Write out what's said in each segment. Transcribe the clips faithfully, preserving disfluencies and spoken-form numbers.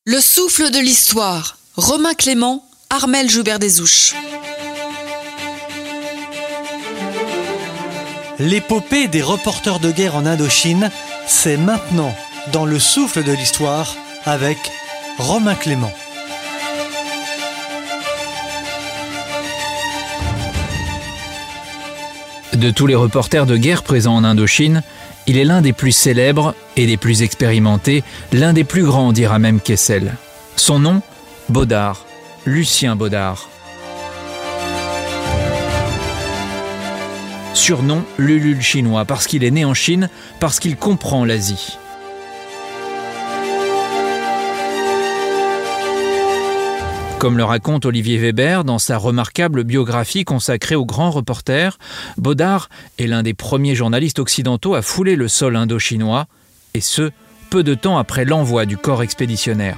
Le souffle de l'histoire. Romain Clément, Armelle Joubert-Desouches. L'épopée des reporters de guerre en Indochine, c'est maintenant dans le souffle de l'histoire avec Romain Clément. De tous les reporters de guerre présents en Indochine, il est l'un des plus célèbres et des plus expérimentés, l'un des plus grands, dira même Kessel. Son nom, Baudard, Lucien Baudard. Surnom Lulu le Chinois, parce qu'il est né en Chine, parce qu'il comprend l'Asie. Comme le raconte Olivier Weber dans sa remarquable biographie consacrée aux grands reporters, Baudard est l'un des premiers journalistes occidentaux à fouler le sol indo-chinois, et ce, peu de temps après l'envoi du corps expéditionnaire.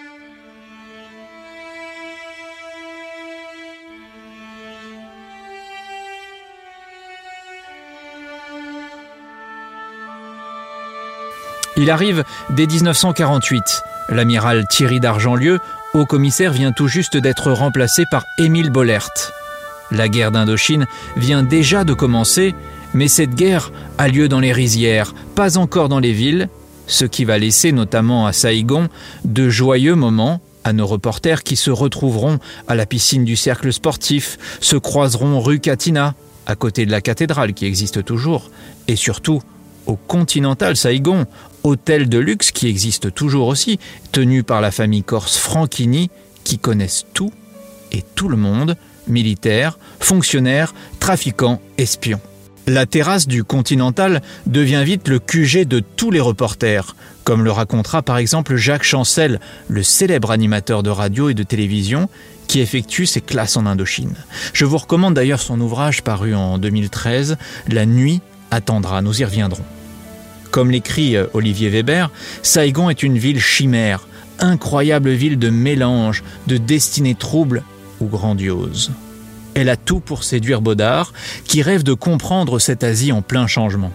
Il arrive dès dix-neuf cent quarante-huit. L'amiral Thierry d'Argentlieu, haut commissaire, vient tout juste d'être remplacé par Émile Bollaert. La guerre d'Indochine vient déjà de commencer, mais cette guerre a lieu dans les rizières, pas encore dans les villes, ce qui va laisser notamment à Saïgon de joyeux moments à nos reporters qui se retrouveront à la piscine du cercle sportif, se croiseront rue Katina, à côté de la cathédrale qui existe toujours, et surtout au Continental Saïgon, hôtel de luxe qui existe toujours aussi, tenu par la famille corse Franchini, qui connaissent tout et tout le monde, militaires, fonctionnaires, trafiquants, espions. La terrasse du Continental devient vite le Q G de tous les reporters, comme le racontera par exemple Jacques Chancel, le célèbre animateur de radio et de télévision, qui effectue ses classes en Indochine. Je vous recommande d'ailleurs son ouvrage paru en deux mille treize, La nuit attendra, nous y reviendrons. Comme l'écrit Olivier Weber, Saïgon est une ville chimère, incroyable ville de mélange, de destinées troubles ou grandioses. Elle a tout pour séduire Baudard, qui rêve de comprendre cette Asie en plein changement.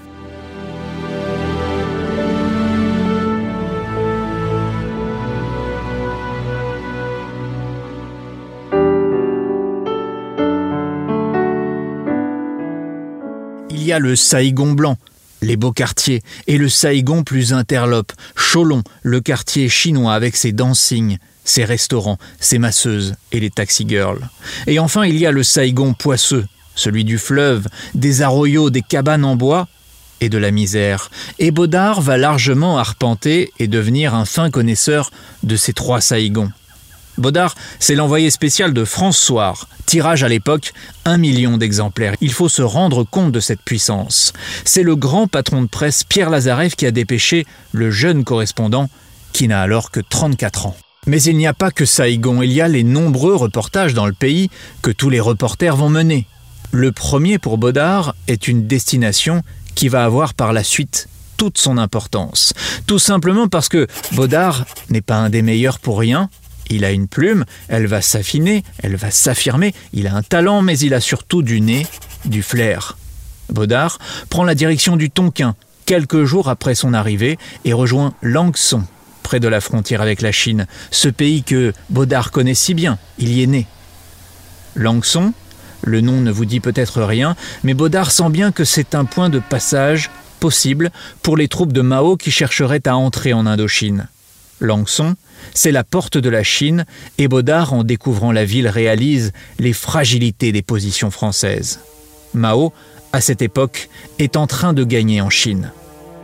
Il y a le Saïgon blanc, les beaux quartiers, et le Saïgon plus interlope, Cholon, le quartier chinois avec ses dancing, ses restaurants, ses masseuses et les taxi girls. Et enfin, il y a le Saïgon poisseux, celui du fleuve, des arroyos, des cabanes en bois et de la misère. Et Baudard va largement arpenter et devenir un fin connaisseur de ces trois Saïgons. Baudard, c'est l'envoyé spécial de France Soir. Tirage à l'époque, un million d'exemplaires. Il faut se rendre compte de cette puissance. C'est le grand patron de presse Pierre Lazareff qui a dépêché le jeune correspondant qui n'a alors que trente-quatre ans. Mais il n'y a pas que Saïgon, il y a les nombreux reportages dans le pays que tous les reporters vont mener. Le premier pour Baudard est une destination qui va avoir par la suite toute son importance. Tout simplement parce que Baudard n'est pas un des meilleurs pour rien. Il a une plume, elle va s'affiner, elle va s'affirmer, il a un talent, mais il a surtout du nez, du flair. Baudard prend la direction du Tonkin, quelques jours après son arrivée, et rejoint Langson, près de la frontière avec la Chine, ce pays que Baudard connaît si bien, il y est né. Langson, le nom ne vous dit peut-être rien, mais Baudard sent bien que c'est un point de passage possible pour les troupes de Mao qui chercheraient à entrer en Indochine. Langson, c'est la porte de la Chine, et Baudard, en découvrant la ville, réalise les fragilités des positions françaises. Mao, à cette époque, est en train de gagner en Chine.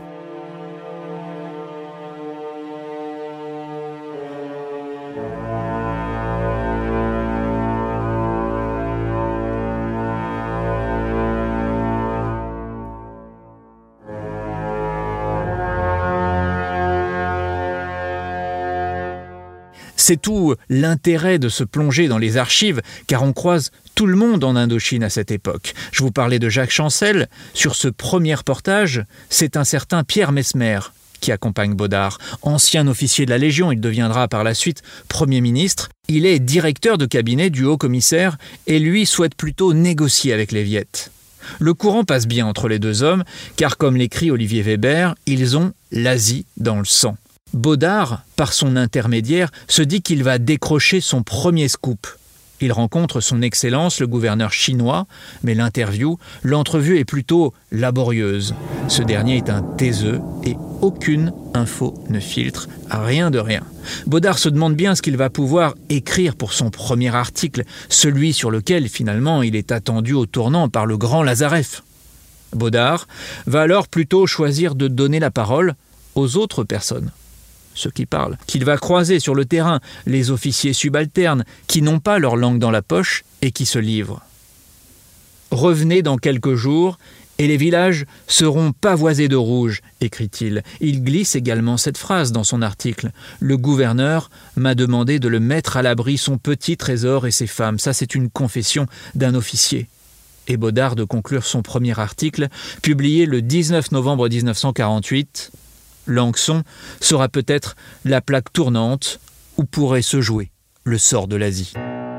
C'est tout l'intérêt de se plonger dans les archives, car on croise tout le monde en Indochine à cette époque. Je vous parlais de Jacques Chancel. Sur ce premier reportage, c'est un certain Pierre Messmer qui accompagne Baudard. Ancien officier de la Légion, il deviendra par la suite Premier ministre. Il est directeur de cabinet du haut-commissaire et lui souhaite plutôt négocier avec les Viettes. Le courant passe bien entre les deux hommes, car comme l'écrit Olivier Weber, ils ont l'Asie dans le sang. Baudard, par son intermédiaire, se dit qu'il va décrocher son premier scoop. Il rencontre son Excellence, le gouverneur chinois, mais l'interview, l'entrevue est plutôt laborieuse. Ce dernier est un taiseux et aucune info ne filtre, rien de rien. Baudard se demande bien ce qu'il va pouvoir écrire pour son premier article, celui sur lequel finalement il est attendu au tournant par le grand Lazareff. Baudard va alors plutôt choisir de donner la parole aux autres personnes. Ceux qui parlent, qu'il va croiser sur le terrain, les officiers subalternes qui n'ont pas leur langue dans la poche et qui se livrent. Revenez dans quelques jours et les villages seront pavoisés de rouge, écrit-il. Il glisse également cette phrase dans son article. Le gouverneur m'a demandé de le mettre à l'abri son petit trésor et ses femmes. Ça, c'est une confession d'un officier. Et Baudard de conclure son premier article, publié le dix-neuf novembre mille neuf cent quarante-huit. Lanxon sera peut-être la plaque tournante où pourrait se jouer le sort de l'Asie.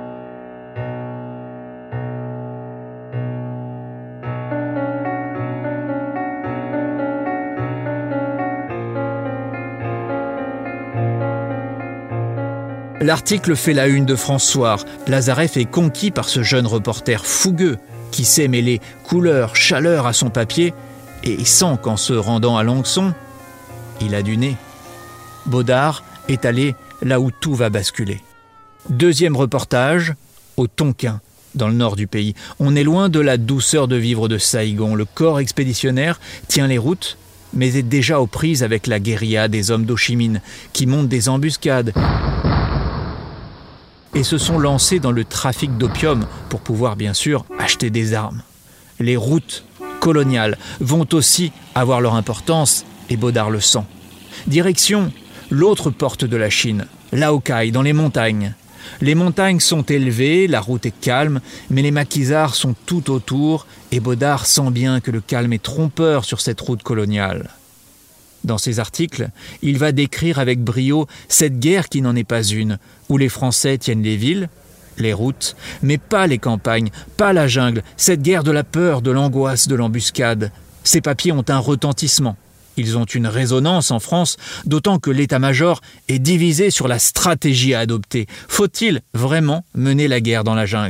L'article fait la une de François. Lazareff est conquis par ce jeune reporter fougueux qui sait mêler couleur, chaleur à son papier et sent qu'en se rendant à Lanxon, il a du nez. Baudard est allé là où tout va basculer. Deuxième reportage, au Tonkin, dans le nord du pays. On est loin de la douceur de vivre de Saïgon. Le corps expéditionnaire tient les routes, mais est déjà aux prises avec la guérilla des hommes d'Ho Chi Minh, qui montent des embuscades et se sont lancés dans le trafic d'opium pour pouvoir bien sûr acheter des armes. Les routes coloniales vont aussi avoir leur importance, et Baudard le sent. Direction l'autre porte de la Chine, Laokai, dans les montagnes. Les montagnes sont élevées, la route est calme, mais les maquisards sont tout autour, et Baudard sent bien que le calme est trompeur sur cette route coloniale. Dans ses articles, il va décrire avec brio cette guerre qui n'en est pas une, où les Français tiennent les villes, les routes, mais pas les campagnes, pas la jungle, cette guerre de la peur, de l'angoisse, de l'embuscade. Ces papiers ont un retentissement. Ils ont une résonance en France, d'autant que l'état-major est divisé sur la stratégie à adopter. Faut-il vraiment mener la guerre dans la jungle ?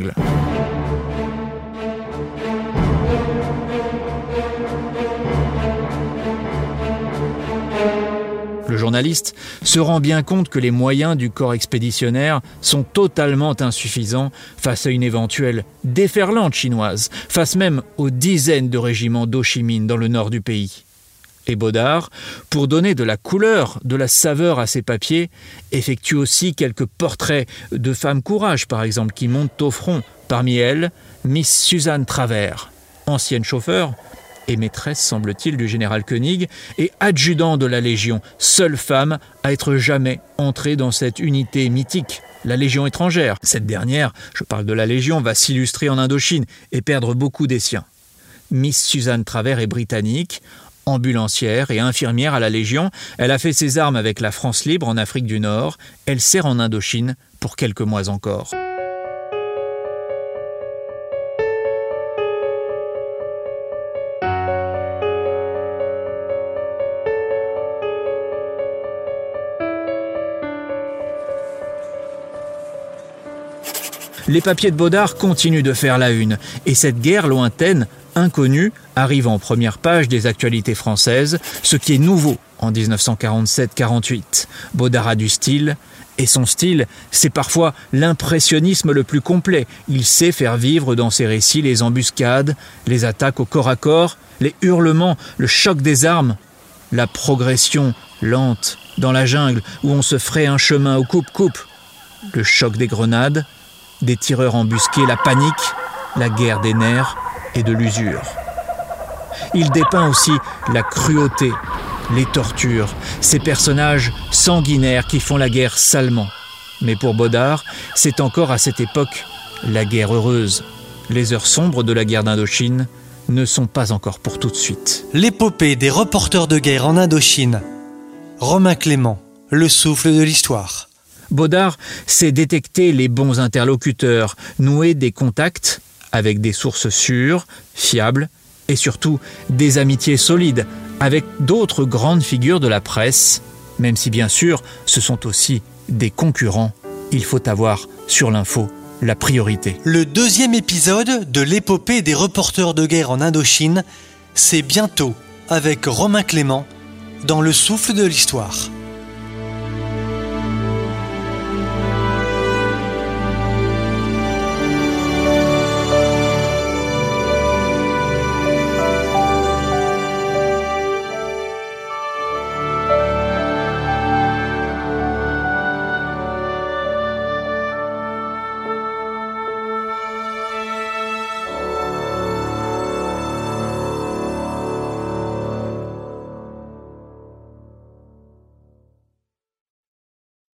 Le journaliste se rend bien compte que les moyens du corps expéditionnaire sont totalement insuffisants face à une éventuelle déferlante chinoise, face même aux dizaines de régiments d'Ho Chi Minh dans le nord du pays. Et Baudard, pour donner de la couleur, de la saveur à ses papiers, effectue aussi quelques portraits de femmes courage, par exemple, qui montent au front. Parmi elles, Miss Suzanne Travers, ancienne chauffeur et maîtresse, semble-t-il, du général Koenig, et adjudant de la Légion, seule femme à être jamais entrée dans cette unité mythique, la Légion étrangère. Cette dernière, je parle de la Légion, va s'illustrer en Indochine et perdre beaucoup des siens. Miss Suzanne Travers est britannique, ambulancière et infirmière à la Légion. Elle a fait ses armes avec la France libre en Afrique du Nord. Elle sert en Indochine pour quelques mois encore. Les papiers de Baudard continuent de faire la une, et cette guerre lointaine, inconnue, arrive en première page des actualités françaises, ce qui est nouveau en dix-neuf cent quarante-sept quarante-huit. Baudard a du style, et son style, c'est parfois l'impressionnisme le plus complet. Il sait faire vivre dans ses récits les embuscades, les attaques au corps à corps, les hurlements, le choc des armes, la progression lente dans la jungle où on se ferait un chemin au coupe-coupe, le choc des grenades, des tireurs embusqués, la panique, la guerre des nerfs et de l'usure. Il dépeint aussi la cruauté, les tortures, ces personnages sanguinaires qui font la guerre salement. Mais pour Baudard, c'est encore à cette époque la guerre heureuse. Les heures sombres de la guerre d'Indochine ne sont pas encore pour tout de suite. L'épopée des reporters de guerre en Indochine. Romain Clément, le souffle de l'histoire. Baudard sait détecter les bons interlocuteurs, nouer des contacts avec des sources sûres, fiables, et surtout des amitiés solides avec d'autres grandes figures de la presse Même si bien sûr, ce sont aussi des concurrents, il faut avoir sur l'info la priorité. Le deuxième épisode de l'épopée des reporters de guerre en Indochine, c'est bientôt avec Romain Clément dans le souffle de l'histoire.